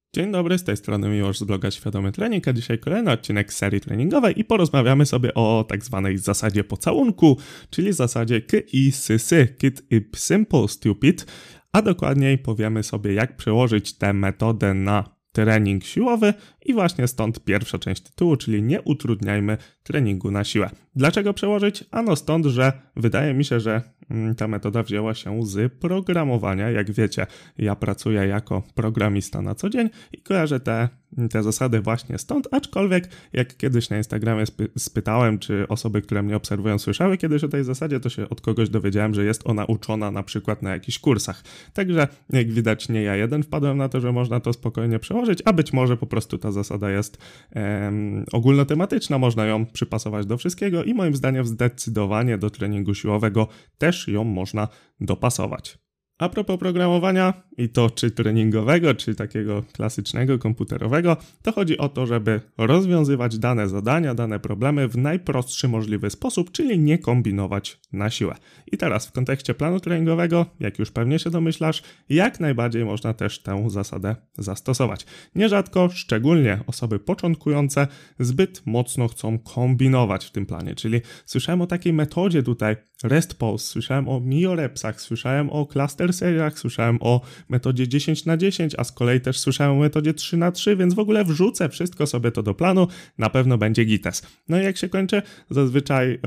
Dzień dobry, z tej strony Miłosz z bloga Świadomy Trening, a dzisiaj kolejny odcinek serii treningowej i porozmawiamy sobie o tak zwanej zasadzie pocałunku, czyli zasadzie KISS, Keep It Simple Stupid, a dokładniej powiemy sobie, jak przełożyć tę metodę na trening siłowy i właśnie stąd pierwsza część tytułu, czyli nie utrudniajmy treningu na siłę. Dlaczego przełożyć? Ano stąd, że wydaje mi się, że ta metoda wzięła się z programowania. Jak wiecie, ja pracuję jako programista na co dzień i kojarzę te zasady właśnie stąd, aczkolwiek jak kiedyś na Instagramie spytałem, czy osoby, które mnie obserwują, słyszały kiedyś o tej zasadzie, to się od kogoś dowiedziałem, że jest ona uczona na przykład na jakichś kursach. Także jak widać nie ja jeden wpadłem na to, że można to spokojnie przełożyć, a być może po prostu ta zasada jest ogólnotematyczna, można ją przypasować do wszystkiego i moim zdaniem zdecydowanie do treningu siłowego też ją można dopasować. A propos programowania, i to czy treningowego, czy takiego klasycznego, komputerowego, to chodzi o to, żeby rozwiązywać dane zadania, dane problemy w najprostszy możliwy sposób, czyli nie kombinować na siłę. I teraz w kontekście planu treningowego, jak już pewnie się domyślasz, jak najbardziej można też tę zasadę zastosować. Nierzadko, szczególnie osoby początkujące, zbyt mocno chcą kombinować w tym planie, czyli słyszałem o takiej metodzie tutaj rest pause, słyszałem o miorepsach, słyszałem o cluster seriach, słyszałem o metodzie 10x10, a z kolei też słyszałem o metodzie 3x3, więc w ogóle wrzucę wszystko sobie to do planu, na pewno będzie gites. No i jak się kończy? Zazwyczaj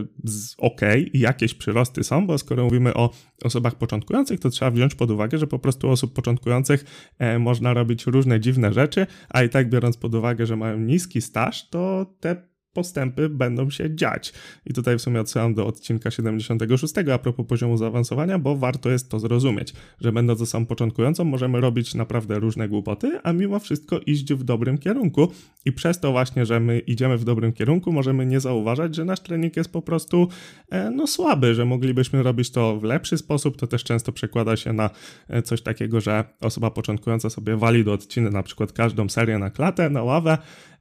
ok, jakieś przyrosty są, bo skoro mówimy o osobach początkujących, to trzeba wziąć pod uwagę, że po prostu osób początkujących można robić różne dziwne rzeczy, a i tak biorąc pod uwagę, że mają niski staż, to te postępy będą się dziać. I tutaj w sumie odsyłam do odcinka 76 a propos poziomu zaawansowania, bo warto jest to zrozumieć, że będąc osobą początkującą możemy robić naprawdę różne głupoty, a mimo wszystko iść w dobrym kierunku. I przez to właśnie, że my idziemy w dobrym kierunku, możemy nie zauważać, że nasz trening jest po prostu słaby, że moglibyśmy robić to w lepszy sposób. To też często przekłada się na coś takiego, że osoba początkująca sobie wali do odciny na przykład każdą serię na klatę, na ławę,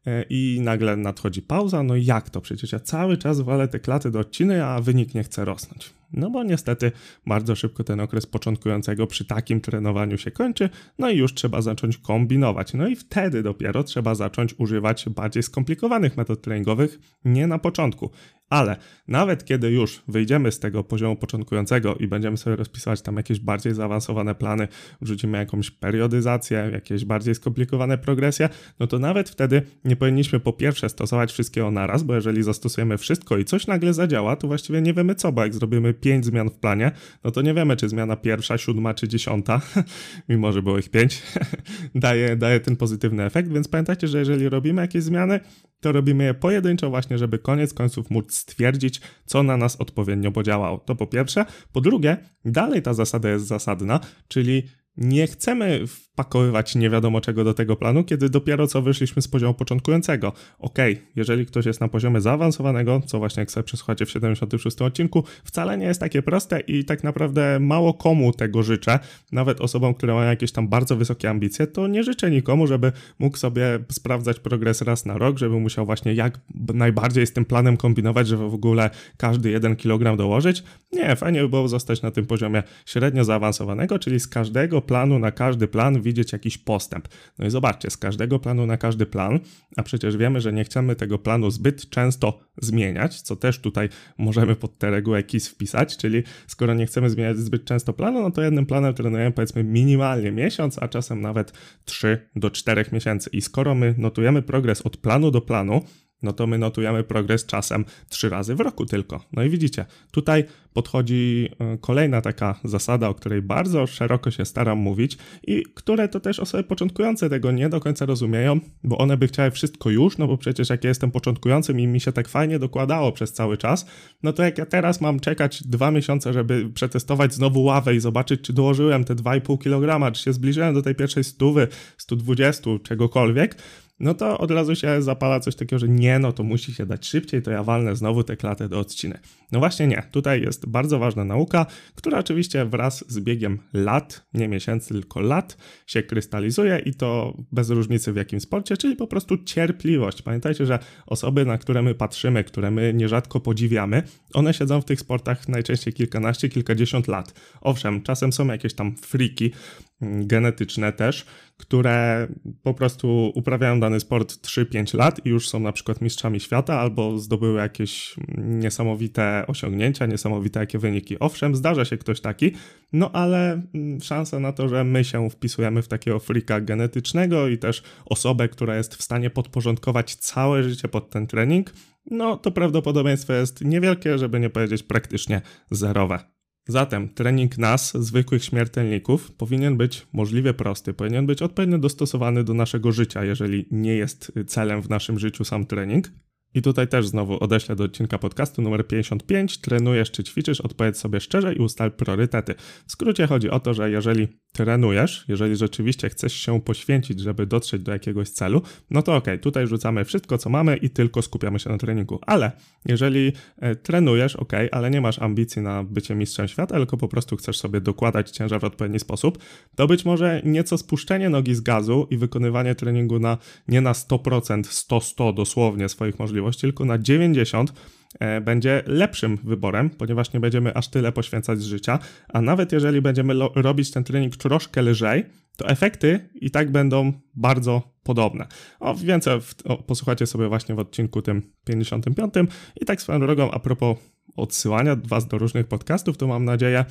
i nagle nadchodzi pauza, no jak to? Przecież ja cały czas walę te klaty do odciny, a wynik nie chce rosnąć. No bo niestety bardzo szybko ten okres początkującego przy takim trenowaniu się kończy, no i już trzeba zacząć kombinować. No i wtedy dopiero trzeba zacząć używać bardziej skomplikowanych metod treningowych, nie na początku. Ale nawet kiedy już wyjdziemy z tego poziomu początkującego i będziemy sobie rozpisywać tam jakieś bardziej zaawansowane plany, wrzucimy jakąś periodyzację, jakieś bardziej skomplikowane progresje, no to nawet wtedy nie powinniśmy po pierwsze stosować wszystkiego naraz, bo jeżeli zastosujemy wszystko i coś nagle zadziała, to właściwie nie wiemy co, bo jak zrobimy 5 zmian w planie, no to nie wiemy, czy zmiana pierwsza, 7 czy 10, mimo że było ich 5, daje ten pozytywny efekt, więc pamiętajcie, że jeżeli robimy jakieś zmiany, to robimy je pojedynczo właśnie, żeby koniec końców móc stwierdzić, co na nas odpowiednio podziałało. To po pierwsze. Po drugie, dalej ta zasada jest zasadna, czyli nie chcemy wpakowywać nie wiadomo czego do tego planu, kiedy dopiero co wyszliśmy z poziomu początkującego. Jeżeli ktoś jest na poziomie zaawansowanego, co właśnie jak sobie przesłuchacie w 76 odcinku, wcale nie jest takie proste i tak naprawdę mało komu tego życzę. Nawet osobom, które mają jakieś tam bardzo wysokie ambicje, to nie życzę nikomu, żeby mógł sobie sprawdzać progres raz na rok, żeby musiał właśnie jak najbardziej z tym planem kombinować, żeby w ogóle każdy 1 kg dołożyć. Nie, fajnie by było zostać na tym poziomie średnio zaawansowanego, czyli z każdego planu na każdy plan widzieć jakiś postęp. No i zobaczcie, z każdego planu na każdy plan, a przecież wiemy, że nie chcemy tego planu zbyt często zmieniać, co też tutaj możemy pod tę regułę KISS wpisać, czyli skoro nie chcemy zmieniać zbyt często planu, no to jednym planem trenujemy powiedzmy minimalnie miesiąc, a czasem nawet 3 do 4 miesięcy. I skoro my notujemy progres od planu do planu, no to my notujemy progres czasem 3 razy w roku tylko. No i widzicie, tutaj podchodzi kolejna taka zasada, o której bardzo szeroko się staram mówić i które to też osoby początkujące tego nie do końca rozumieją, bo one by chciały wszystko już, no bo przecież jak ja jestem początkującym i mi się tak fajnie dokładało przez cały czas, no to jak ja teraz mam czekać 2 miesiące, żeby przetestować znowu ławę i zobaczyć, czy dołożyłem te 2,5 kg, czy się zbliżyłem do tej pierwszej 100, 120, czegokolwiek, no to od razu się zapala coś takiego, że nie, no to musi się dać szybciej, to ja walnę znowu tę klatę do odciny. No właśnie nie, tutaj jest bardzo ważna nauka, która oczywiście wraz z biegiem lat, nie miesięcy, tylko lat się krystalizuje i to bez różnicy w jakim sporcie, czyli po prostu cierpliwość. Pamiętajcie, że osoby, na które my patrzymy, które my nierzadko podziwiamy, one siedzą w tych sportach najczęściej kilkanaście, kilkadziesiąt lat. Owszem, czasem są jakieś tam freaki, genetyczne też, które po prostu uprawiają dany sport 3-5 lat i już są na przykład mistrzami świata albo zdobyły jakieś niesamowite osiągnięcia, niesamowite jakie wyniki. Owszem, zdarza się ktoś taki, no ale szansa na to, że my się wpisujemy w takiego freaka genetycznego i też osobę, która jest w stanie podporządkować całe życie pod ten trening, no to prawdopodobieństwo jest niewielkie, żeby nie powiedzieć praktycznie zerowe. Zatem trening nas, zwykłych śmiertelników, powinien być możliwie prosty, powinien być odpowiednio dostosowany do naszego życia, jeżeli nie jest celem w naszym życiu sam trening. I tutaj też znowu odeślę do odcinka podcastu numer 55. Trenujesz czy ćwiczysz? Odpowiedz sobie szczerze i ustal priorytety. W skrócie chodzi o to, że jeżeli trenujesz, jeżeli rzeczywiście chcesz się poświęcić, żeby dotrzeć do jakiegoś celu, no to okej, tutaj rzucamy wszystko, co mamy i tylko skupiamy się na treningu. Ale jeżeli trenujesz, ale nie masz ambicji na bycie mistrzem świata, tylko po prostu chcesz sobie dokładać ciężar w odpowiedni sposób, to być może nieco spuszczenie nogi z gazu i wykonywanie treningu nie na 100%, 100 dosłownie swoich możliwości, tylko na 90% będzie lepszym wyborem, ponieważ nie będziemy aż tyle poświęcać z życia, a nawet jeżeli będziemy robić ten trening troszkę lżej, to efekty i tak będą bardzo podobne. Więcej posłuchajcie sobie właśnie w odcinku tym 55. I tak swoją drogą, a propos odsyłania was do różnych podcastów, to mam nadzieję,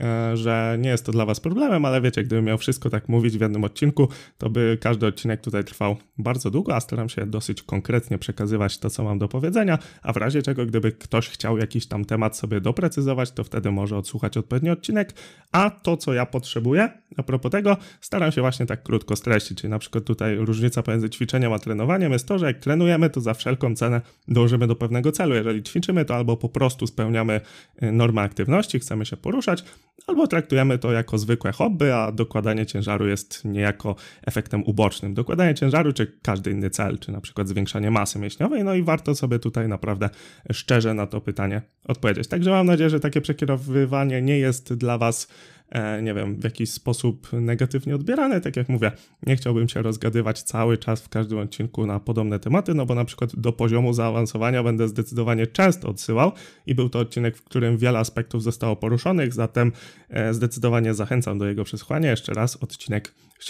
że nie jest to dla was problemem, ale wiecie, gdybym miał wszystko tak mówić w jednym odcinku, to by każdy odcinek tutaj trwał bardzo długo, a staram się dosyć konkretnie przekazywać to, co mam do powiedzenia, a w razie czego, gdyby ktoś chciał jakiś tam temat sobie doprecyzować, to wtedy może odsłuchać odpowiedni odcinek, a to, co ja potrzebuję, a propos tego, staram się właśnie tak krótko streścić, czyli na przykład tutaj różnica pomiędzy ćwiczeniem a trenowaniem jest to, że jak trenujemy, to za wszelką cenę dążymy do pewnego celu. Jeżeli ćwiczymy, to albo po prostu spełniamy normę aktywności, chcemy się poruszać, albo traktujemy to jako zwykłe hobby, a dokładanie ciężaru jest niejako efektem ubocznym. Dokładanie ciężaru, czy każdy inny cel, czy na przykład zwiększanie masy mięśniowej, no i warto sobie tutaj naprawdę szczerze na to pytanie odpowiedzieć. Także mam nadzieję, że takie przekierowywanie nie jest dla was w jakiś sposób negatywnie odbierane. Tak jak mówię, nie chciałbym się rozgadywać cały czas w każdym odcinku na podobne tematy, no bo na przykład do poziomu zaawansowania będę zdecydowanie często odsyłał i był to odcinek, w którym wiele aspektów zostało poruszonych, zatem zdecydowanie zachęcam do jego przesłuchania. Jeszcze raz odcinek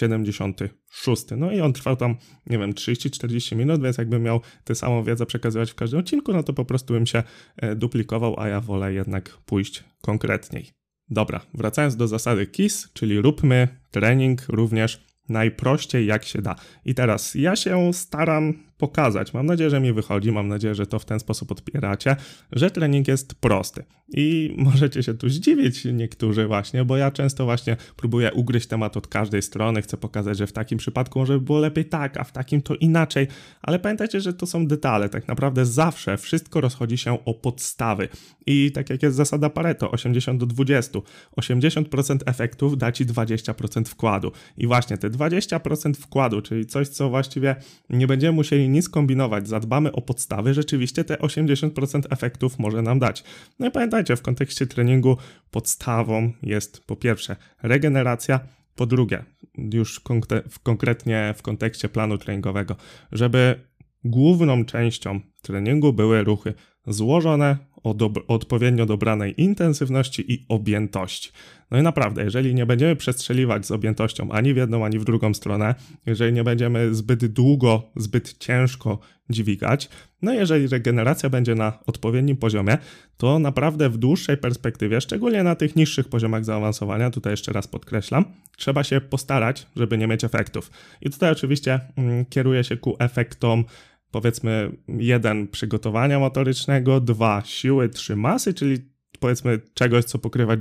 76. No i on trwał tam, 30-40 minut, więc jakbym miał tę samą wiedzę przekazywać w każdym odcinku, no to po prostu bym się duplikował, a ja wolę jednak pójść konkretniej. Dobra, wracając do zasady KISS, czyli róbmy trening również najprościej jak się da. I teraz ja się staram pokazać, mam nadzieję, że mi wychodzi, mam nadzieję, że to w ten sposób odbieracie, że trening jest prosty. I możecie się tu zdziwić niektórzy właśnie, bo ja często właśnie próbuję ugryźć temat od każdej strony, chcę pokazać, że w takim przypadku może by było lepiej tak, a w takim to inaczej, ale pamiętajcie, że to są detale, tak naprawdę zawsze wszystko rozchodzi się o podstawy. I tak jak jest zasada Pareto, 80-20, 80% efektów da ci 20% wkładu. I właśnie te 20% wkładu, czyli coś, co właściwie nie będziemy musieli nic kombinować, zadbamy o podstawy, rzeczywiście te 80% efektów może nam dać. No i pamiętajcie, w kontekście treningu podstawą jest po pierwsze regeneracja, po drugie, już konkretnie w kontekście planu treningowego, żeby główną częścią treningu były ruchy złożone o odpowiednio dobranej intensywności i objętości. No i naprawdę, jeżeli nie będziemy przestrzeliwać z objętością ani w jedną, ani w drugą stronę, jeżeli nie będziemy zbyt długo, zbyt ciężko dźwigać, no jeżeli regeneracja będzie na odpowiednim poziomie, to naprawdę w dłuższej perspektywie, szczególnie na tych niższych poziomach zaawansowania, tutaj jeszcze raz podkreślam, trzeba się postarać, żeby nie mieć efektów. I tutaj oczywiście kieruję się ku efektom, powiedzmy 1 przygotowania motorycznego, 2 siły, 3 masy, czyli powiedzmy czegoś, co pokrywa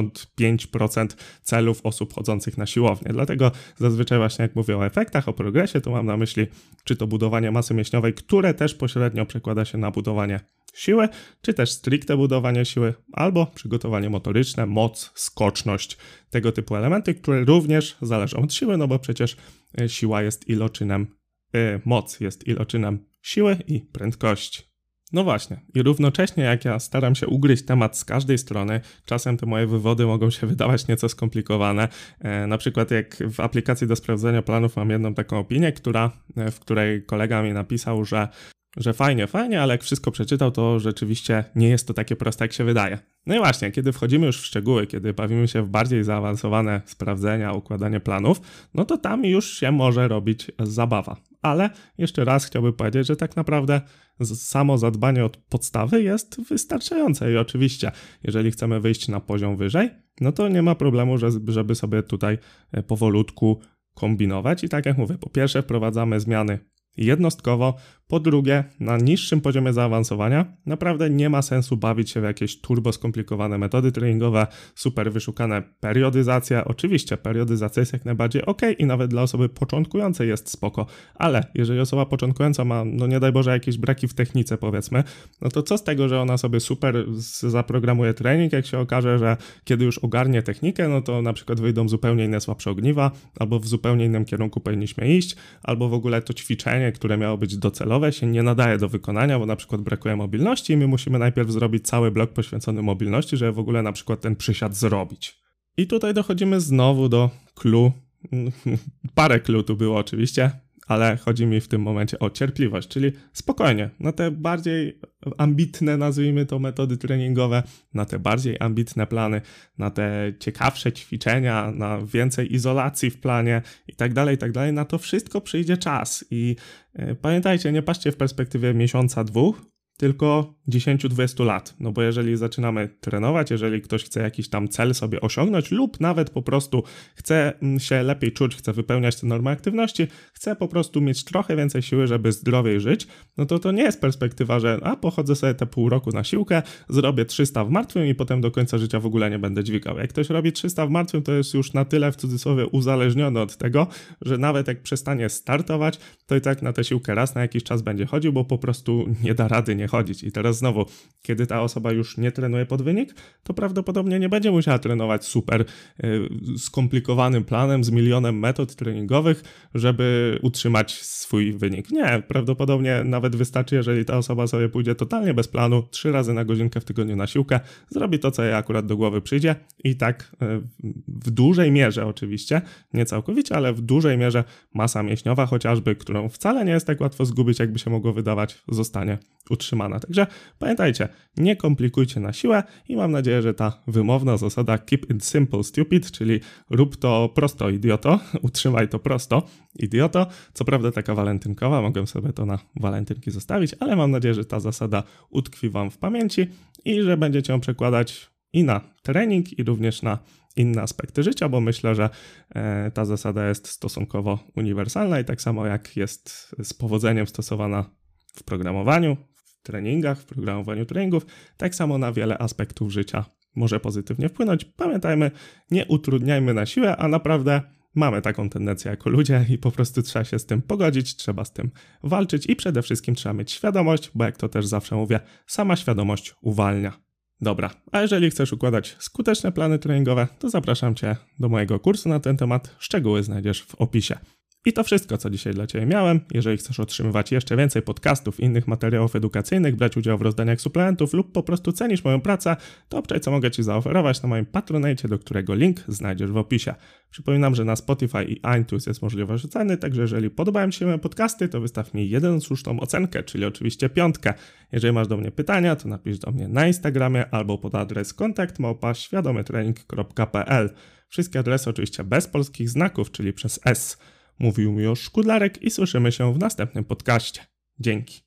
95% celów osób chodzących na siłownię. Dlatego zazwyczaj właśnie jak mówię o efektach, o progresie, to mam na myśli czy to budowanie masy mięśniowej, które też pośrednio przekłada się na budowanie siły, czy też stricte budowanie siły, albo przygotowanie motoryczne, moc, skoczność, tego typu elementy, które również zależą od siły, no bo przecież siła jest iloczynem, moc jest iloczynem siły i prędkości. No właśnie, i równocześnie jak ja staram się ugryźć temat z każdej strony, czasem te moje wywody mogą się wydawać nieco skomplikowane. Na przykład jak w aplikacji do sprawdzania planów mam jedną taką opinię, w której kolega mi napisał, że że fajnie, ale jak wszystko przeczytał, to rzeczywiście nie jest to takie proste, jak się wydaje. No i właśnie, kiedy wchodzimy już w szczegóły, kiedy bawimy się w bardziej zaawansowane sprawdzenia, układanie planów, no to tam już się może robić zabawa. Ale jeszcze raz chciałbym powiedzieć, że tak naprawdę samo zadbanie od podstawy jest wystarczające i oczywiście, jeżeli chcemy wyjść na poziom wyżej, no to nie ma problemu, żeby sobie tutaj powolutku kombinować i tak jak mówię, po pierwsze wprowadzamy zmiany jednostkowo, po drugie na niższym poziomie zaawansowania naprawdę nie ma sensu bawić się w jakieś turbo skomplikowane metody treningowe, super wyszukane periodyzacje. Oczywiście periodyzacja jest jak najbardziej ok i nawet dla osoby początkującej jest spoko, ale jeżeli osoba początkująca ma, no nie daj Boże, jakieś braki w technice powiedzmy, no to co z tego, że ona sobie super zaprogramuje trening, jak się okaże, że kiedy już ogarnie technikę, no to na przykład wyjdą zupełnie inne słabsze ogniwa, albo w zupełnie innym kierunku powinniśmy iść, albo w ogóle to ćwiczenie, które miało być docelowe, się nie nadaje do wykonania, bo na przykład brakuje mobilności i my musimy najpierw zrobić cały blok poświęcony mobilności, żeby w ogóle na przykład ten przysiad zrobić. I tutaj dochodzimy znowu do clue. Parę clue tu było oczywiście, ale chodzi mi w tym momencie o cierpliwość, czyli spokojnie, na te bardziej ambitne, nazwijmy to, metody treningowe, na te bardziej ambitne plany, na te ciekawsze ćwiczenia, na więcej izolacji w planie i tak dalej, na to wszystko przyjdzie czas i pamiętajcie, nie patrzcie w perspektywie miesiąca, dwóch, tylko 10-20 lat, no bo jeżeli zaczynamy trenować, jeżeli ktoś chce jakiś tam cel sobie osiągnąć lub nawet po prostu chce się lepiej czuć, chce wypełniać te normy aktywności, chce po prostu mieć trochę więcej siły, żeby zdrowiej żyć, no to nie jest perspektywa, że pochodzę sobie te pół roku na siłkę, zrobię 300 w martwym i potem do końca życia w ogóle nie będę dźwigał. Jak ktoś robi 300 w martwym, to jest już na tyle w cudzysłowie uzależniony od tego, że nawet jak przestanie startować, to i tak na tę siłkę raz na jakiś czas będzie chodził, bo po prostu nie da rady nie chodzić. I teraz znowu, kiedy ta osoba już nie trenuje pod wynik, to prawdopodobnie nie będzie musiała trenować super skomplikowanym planem z milionem metod treningowych, żeby utrzymać swój wynik. Nie, prawdopodobnie nawet wystarczy, jeżeli ta osoba sobie pójdzie totalnie bez planu, 3 razy na godzinkę w tygodniu na siłkę, zrobi to, co jej akurat do głowy przyjdzie i tak w dużej mierze oczywiście, nie całkowicie, ale w dużej mierze masa mięśniowa chociażby, którą wcale nie jest tak łatwo zgubić, jakby się mogło wydawać, zostanie utrzymana. Także pamiętajcie, nie komplikujcie na siłę i mam nadzieję, że ta wymowna zasada keep it simple stupid, czyli rób to prosto idioto, utrzymaj to prosto idioto, co prawda taka walentynkowa, mogę sobie to na walentynki zostawić, ale mam nadzieję, że ta zasada utkwi wam w pamięci i że będziecie ją przekładać i na trening i również na inne aspekty życia, bo myślę, że ta zasada jest stosunkowo uniwersalna i tak samo jak jest z powodzeniem stosowana w programowaniu, w treningach, w programowaniu treningów, tak samo na wiele aspektów życia może pozytywnie wpłynąć. Pamiętajmy, nie utrudniajmy na siłę, a naprawdę mamy taką tendencję jako ludzie i po prostu trzeba się z tym pogodzić, trzeba z tym walczyć i przede wszystkim trzeba mieć świadomość, bo jak to też zawsze mówię, sama świadomość uwalnia. Dobra, a jeżeli chcesz układać skuteczne plany treningowe, to zapraszam Cię do mojego kursu na ten temat. Szczegóły znajdziesz w opisie. I to wszystko, co dzisiaj dla Ciebie miałem. Jeżeli chcesz otrzymywać jeszcze więcej podcastów i innych materiałów edukacyjnych, brać udział w rozdaniach suplementów lub po prostu cenisz moją pracę, to obczaj, co mogę Ci zaoferować na moim Patronite, do którego link znajdziesz w opisie. Przypominam, że na Spotify i iTunes jest możliwość oceny, także jeżeli podobają Ci się moje podcasty, to wystaw mi 1 słuszną ocenkę, czyli oczywiście 5. Jeżeli masz do mnie pytania, to napisz do mnie na Instagramie albo pod adres kontakt@świadomytrening.pl. Wszystkie adresy oczywiście bez polskich znaków, czyli przez S. Mówił Miłosz Szkudlarek i słyszymy się w następnym podcaście. Dzięki.